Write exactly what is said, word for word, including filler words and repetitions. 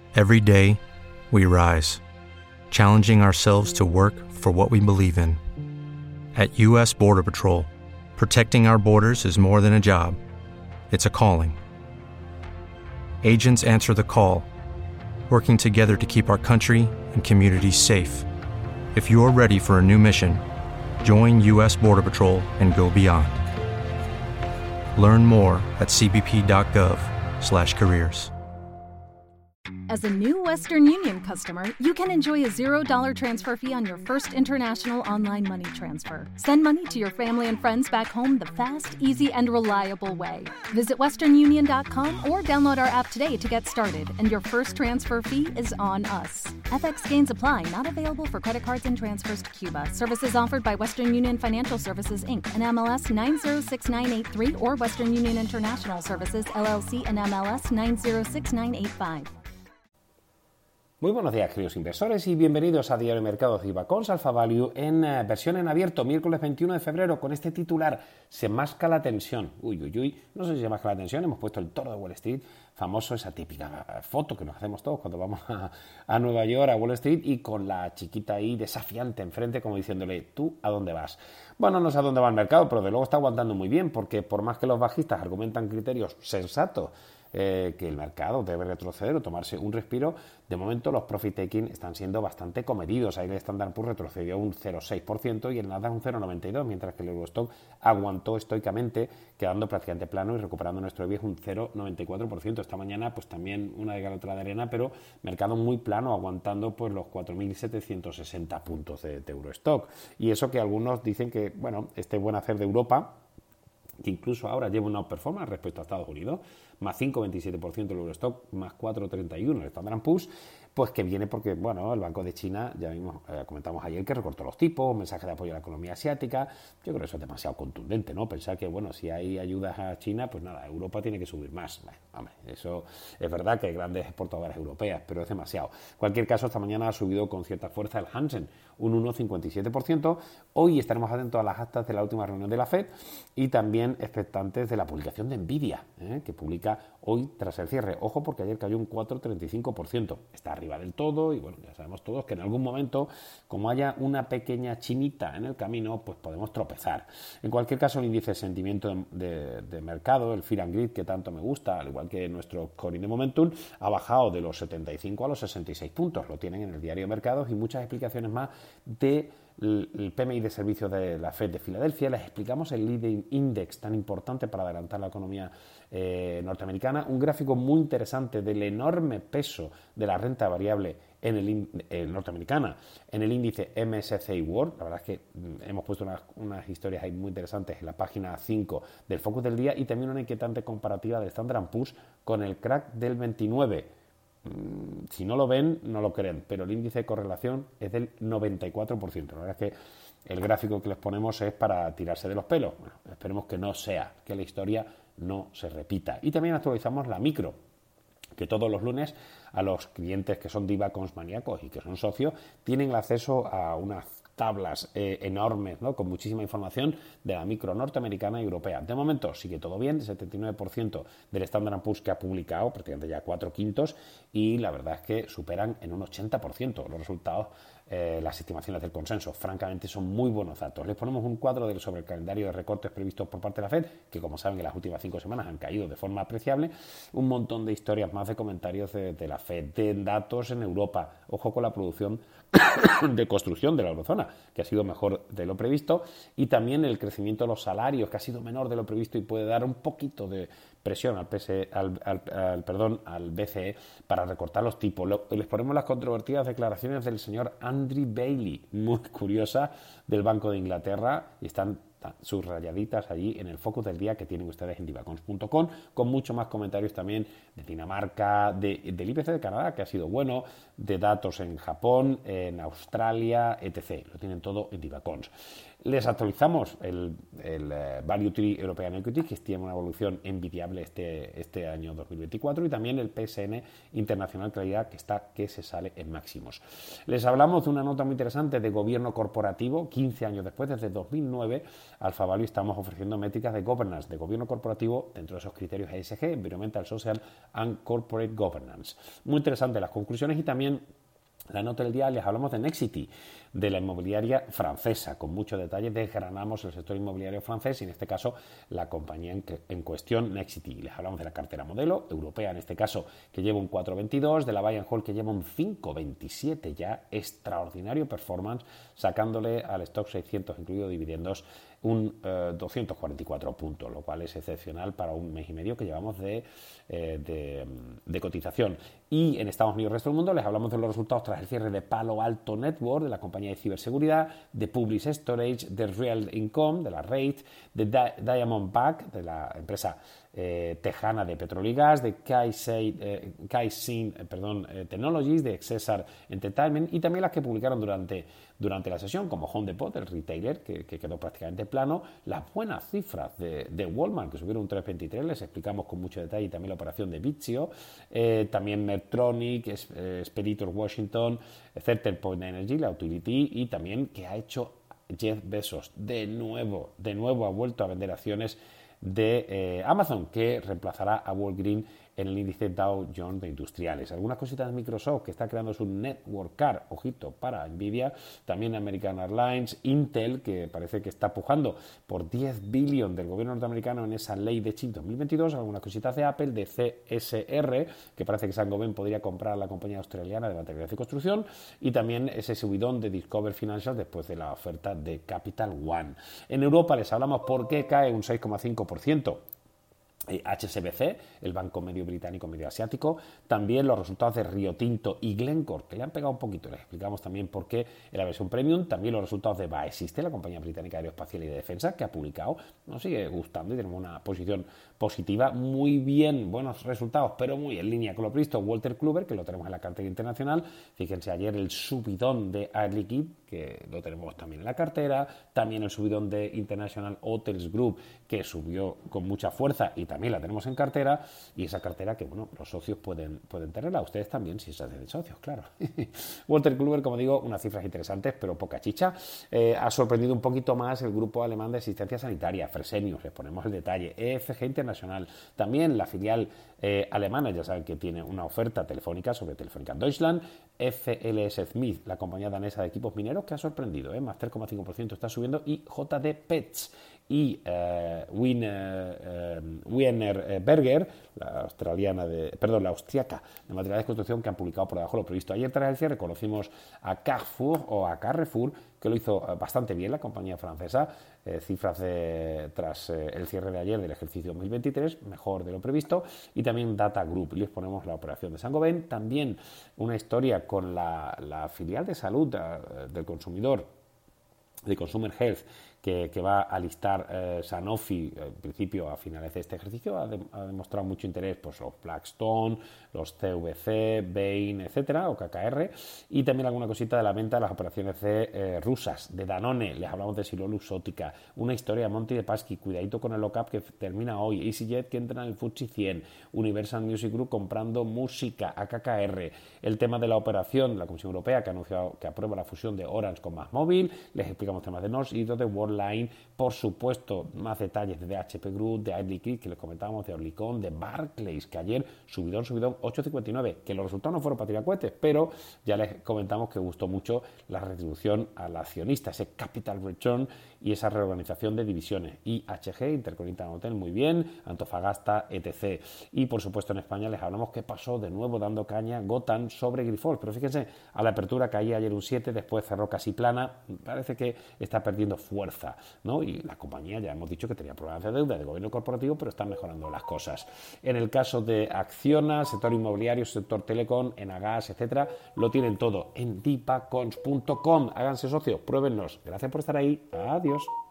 Every day, we rise, challenging ourselves to work for what we believe in. At U S Border Patrol, protecting our borders is more than a job. It's a calling. Agents answer the call, working together to keep our country and communities safe. If you're ready for a new mission, join U S Border Patrol and go beyond. Learn more at c b p dot gov slash careers. As a new Western Union customer, you can enjoy a zero dollars transfer fee on your first international online money transfer. Send money to your family and friends back home the fast, easy, and reliable way. Visit western union dot com or download our app today to get started, and your first transfer fee is on us. F X gains apply, not available for credit cards and transfers to Cuba. Services offered by Western Union Financial Services, Incorporated, and M L S nine zero six nine eight three, or Western Union International Services, L L C, and M L S nine zero six nine eight five. Muy buenos días, queridos inversores, y bienvenidos a Diario de Mercados de Ibacons Alpha Value en uh, versión en abierto, miércoles veintiuno de febrero, con este titular: se masca la tensión. Uy, uy, uy, no sé si se masca la tensión. Hemos puesto el toro de Wall Street, famoso, esa típica foto que nos hacemos todos cuando vamos a, a Nueva York, a Wall Street, y con la chiquita ahí desafiante enfrente, como diciéndole: ¿tú a dónde vas? Bueno, no sé a dónde va el mercado, pero de luego está aguantando muy bien, porque por más que los bajistas argumentan criterios sensatos, Eh, que el mercado debe retroceder o tomarse un respiro, de momento los profit taking están siendo bastante comedidos. Ahí el Standard and Poor's retrocedió un cero coma seis por ciento y el Nasdaq un cero coma noventa y dos por ciento, mientras que el Eurostock aguantó estoicamente, quedando prácticamente plano y recuperando nuestro viejo un cero coma noventa y cuatro por ciento. Esta mañana pues también una de cal otra de arena, pero mercado muy plano, aguantando pues los cuatro mil setecientos sesenta puntos de, de Eurostock. Y eso que algunos dicen que, bueno, este buen hacer de Europa, que incluso ahora lleva una outperformance respecto a Estados Unidos, más cinco coma veintisiete por ciento el Eurostock, más cuatro coma treinta y uno por ciento el Standard and Poor's, pues que viene porque, bueno, el Banco de China, ya vimos, eh, comentamos ayer que recortó los tipos, mensaje de apoyo a la economía asiática. Yo creo que eso es demasiado contundente, ¿no? Pensar que, bueno, si hay ayudas a China, pues nada, Europa tiene que subir más. Bueno, hombre, eso es verdad que hay grandes exportadoras europeas, pero es demasiado. En cualquier caso, esta mañana ha subido con cierta fuerza el Hansen, un uno coma cincuenta y siete por ciento. Hoy estaremos atentos a las actas de la última reunión de la Fed y también expectantes de la publicación de Nvidia, ¿eh? que publica hoy tras el cierre. Ojo, porque ayer cayó un cuatro coma treinta y cinco por ciento. Está arriba del todo y, bueno, ya sabemos todos que en algún momento, como haya una pequeña chinita en el camino, pues podemos tropezar. En cualquier caso, el índice de sentimiento de, de, de mercado, el Fear and Greed, que tanto me gusta, al igual que nuestro Scoring de Momentum, ha bajado de los setenta y cinco a los sesenta y seis puntos. Lo tienen en el diario de mercados y muchas explicaciones más de el P M I de servicios de la Fed de Filadelfia. Les explicamos el Leading Index, tan importante para adelantar la economía eh, norteamericana, un gráfico muy interesante del enorme peso de la renta variable en el eh, norteamericana en el índice M S C I World. La verdad es que mm, hemos puesto unas, unas historias ahí muy interesantes en la página cinco del Focus del Día, y también una inquietante comparativa del Standard and Poor's con el crack del veintinueve. Si no lo ven, no lo creen, pero el índice de correlación es del noventa y cuatro por ciento. La verdad es que el gráfico que les ponemos es para tirarse de los pelos. Bueno, esperemos que no sea, que la historia no se repita. Y también actualizamos la micro, que todos los lunes a los clientes que son de Ibacons maníacos y que son socios tienen acceso a unas tablas eh, enormes, ¿no?, con muchísima información de la micro norteamericana y europea. De momento sigue todo bien, setenta y nueve por ciento del Standard and Poor's que ha publicado, prácticamente ya cuatro quintos, y la verdad es que superan en un ochenta por ciento los resultados, eh, las estimaciones del consenso. Francamente son muy buenos datos. Les ponemos un cuadro del, sobre el calendario de recortes previstos por parte de la Fed, que como saben en las últimas cinco semanas han caído de forma apreciable, un montón de historias más de comentarios de, de la Fed, de datos en Europa, ojo con la producción de construcción de la eurozona, que ha sido mejor de lo previsto, y también el crecimiento de los salarios, que ha sido menor de lo previsto y puede dar un poquito de presión al, P S E, al, al, al, perdón, al B C E para recortar los tipos. Lo, les ponemos las controvertidas declaraciones del señor Andrew Bailey, muy curiosa, del Banco de Inglaterra, y están subrayaditas allí en el Focus del Día que tienen ustedes en divacons punto com, con muchos más comentarios también de Dinamarca, de, del I P C de Canadá, que ha sido bueno, de datos en Japón, en Australia, etcétera. Lo tienen todo en Divacons. Les actualizamos el, el uh, Value Tree European Equity, que tiene una evolución envidiable este, este año dos mil veinticuatro, y también el P S N Internacional Claridad, que está que se sale en máximos. Les hablamos de una nota muy interesante de gobierno corporativo. quince años después, desde dos mil nueve, Alfa Value estamos ofreciendo métricas de governance, de gobierno corporativo, dentro de esos criterios E S G, Environmental, Social and Corporate Governance. Muy interesante las conclusiones. Y también la nota del día, les hablamos de Nexity, de la inmobiliaria francesa. Con mucho detalle desgranamos el sector inmobiliario francés y en este caso la compañía en, que, en cuestión, Nexity. Les hablamos de la cartera modelo europea, en este caso, que lleva un cuatro veintidós, de la Buy and Hold, que lleva un cinco veintisiete ya, extraordinario performance, sacándole al stock seiscientos, incluido dividendos, un eh, doscientos cuarenta y cuatro puntos, lo cual es excepcional para un mes y medio que llevamos de, eh, de, de cotización. Y en Estados Unidos y el resto del mundo les hablamos de los resultados tras el cierre de Palo Alto Network, de la compañía de ciberseguridad, de Public Storage, de Real Income, de la Rate, de Di- Diamondback, de la empresa eh, tejana de petróleo y gas, de Kaizen eh, Kaizen, eh, perdón, eh, Technologies, de Excessar Entertainment, y también las que publicaron durante, durante la sesión, como Home Depot, el retailer, que, que quedó prácticamente plano, las buenas cifras de, de Walmart, que subieron un tres veintitrés, les explicamos con mucho detalle, y también la operación de Vizio, eh, también Medtronic, es, eh, Expeditor Washington, Centerpoint Energy, la utility, y también que ha hecho Jeff Bezos, de nuevo, de nuevo ha vuelto a vender acciones de eh, Amazon, que reemplazará a Walgreens en el índice Dow Jones de industriales. Algunas cositas de Microsoft, que está creando su Network Card, ojito, para Nvidia, también American Airlines, Intel, que parece que está pujando por diez billones del gobierno norteamericano en esa ley de chip dos mil veintidós, algunas cositas de Apple, de C S R, que parece que Saint-Gobain podría comprar a la compañía australiana de materiales de construcción, y también ese subidón de Discover Financial después de la oferta de Capital One. En Europa les hablamos por qué cae un seis coma cinco por ciento. H S B C, el banco medio británico, medio asiático, también los resultados de Rio Tinto y Glencore, que le han pegado un poquito, les explicamos también por qué en la versión premium, también los resultados de Baesiste, la compañía británica aeroespacial y de defensa, que ha publicado, nos sigue gustando y tenemos una posición positiva, muy bien, buenos resultados, pero muy en línea con lo previsto. Walter Kluber, que lo tenemos en la cartera internacional, fíjense ayer el subidón de Air Liquide, que lo tenemos también en la cartera, también el subidón de International Hotels Group, que subió con mucha fuerza y también la tenemos en cartera, y esa cartera que, bueno, los socios pueden, pueden tenerla, ustedes también si se hacen socios, claro. Walter Kluber, como digo, unas cifras interesantes, pero poca chicha. Eh, ha sorprendido un poquito más el grupo alemán de asistencia sanitaria, Fresenius, les ponemos el detalle, E F G Internacional, también la filial eh, alemana, ya saben que tiene una oferta telefónica sobre Telefónica Deutschland, F L S Smith, la compañía danesa de equipos mineros, que ha sorprendido, ¿eh? Más tres coma cinco por ciento está subiendo, y J D Pets y eh, Wiener, eh, Wiener Berger, la australiana de, perdón, la austriaca de materiales de construcción, que han publicado por debajo de lo previsto. Ayer tras el cierre conocimos a Carrefour o a Carrefour, que lo hizo bastante bien la compañía francesa, eh, cifras de, tras eh, el cierre de ayer del ejercicio dos mil veintitrés, mejor de lo previsto, y también Data Group, y les ponemos la operación de Saint-Gobain, también una historia con la, la filial de salud eh, del consumidor, de Consumer Health, que, que va a listar eh, Sanofi, en principio a finales de este ejercicio, ha, de, ha demostrado mucho interés, pues los Blackstone, los C V C, Bain, etcétera, o K K R, y también alguna cosita de la venta de las operaciones de, eh, rusas, de Danone, les hablamos de Siloluxótica, una historia de Monty de Paschi, cuidadito con el lock-up que termina hoy, EasyJet que entra en el F T S E cien, Universal Music Group comprando música, a K K R, el tema de la operación, la Comisión Europea que ha anunciado que aprueba la fusión de Orange con MásMóvil, les explicamos temas de Norsk y de Worldline, por supuesto, más detalles de D H P Group, de Air Liquide, que les comentábamos, de Orlicon, de Barclays, que ayer subidón, subidón ocho cincuenta y nueve, que los resultados no fueron para tirar cohetes, pero ya les comentamos que gustó mucho la retribución al accionista, ese capital return y esa reorganización de divisiones. I H G, Intercontinental Hotel, muy bien, Antofagasta, etcétera. Y por supuesto en España les hablamos qué pasó de nuevo dando caña Gotham sobre Grifols, pero fíjense, a la apertura caía ayer un siete, después cerró casi plana, parece que está perdiendo fuerza, ¿no? Y la compañía ya hemos dicho que tenía problemas de deuda de gobierno corporativo, pero están mejorando las cosas. En el caso de Acciona, sector inmobiliario, sector telecom, Enagas, etcétera, lo tienen todo en dipacons punto com. Háganse socios, pruébennos. Gracias por estar ahí. Adiós.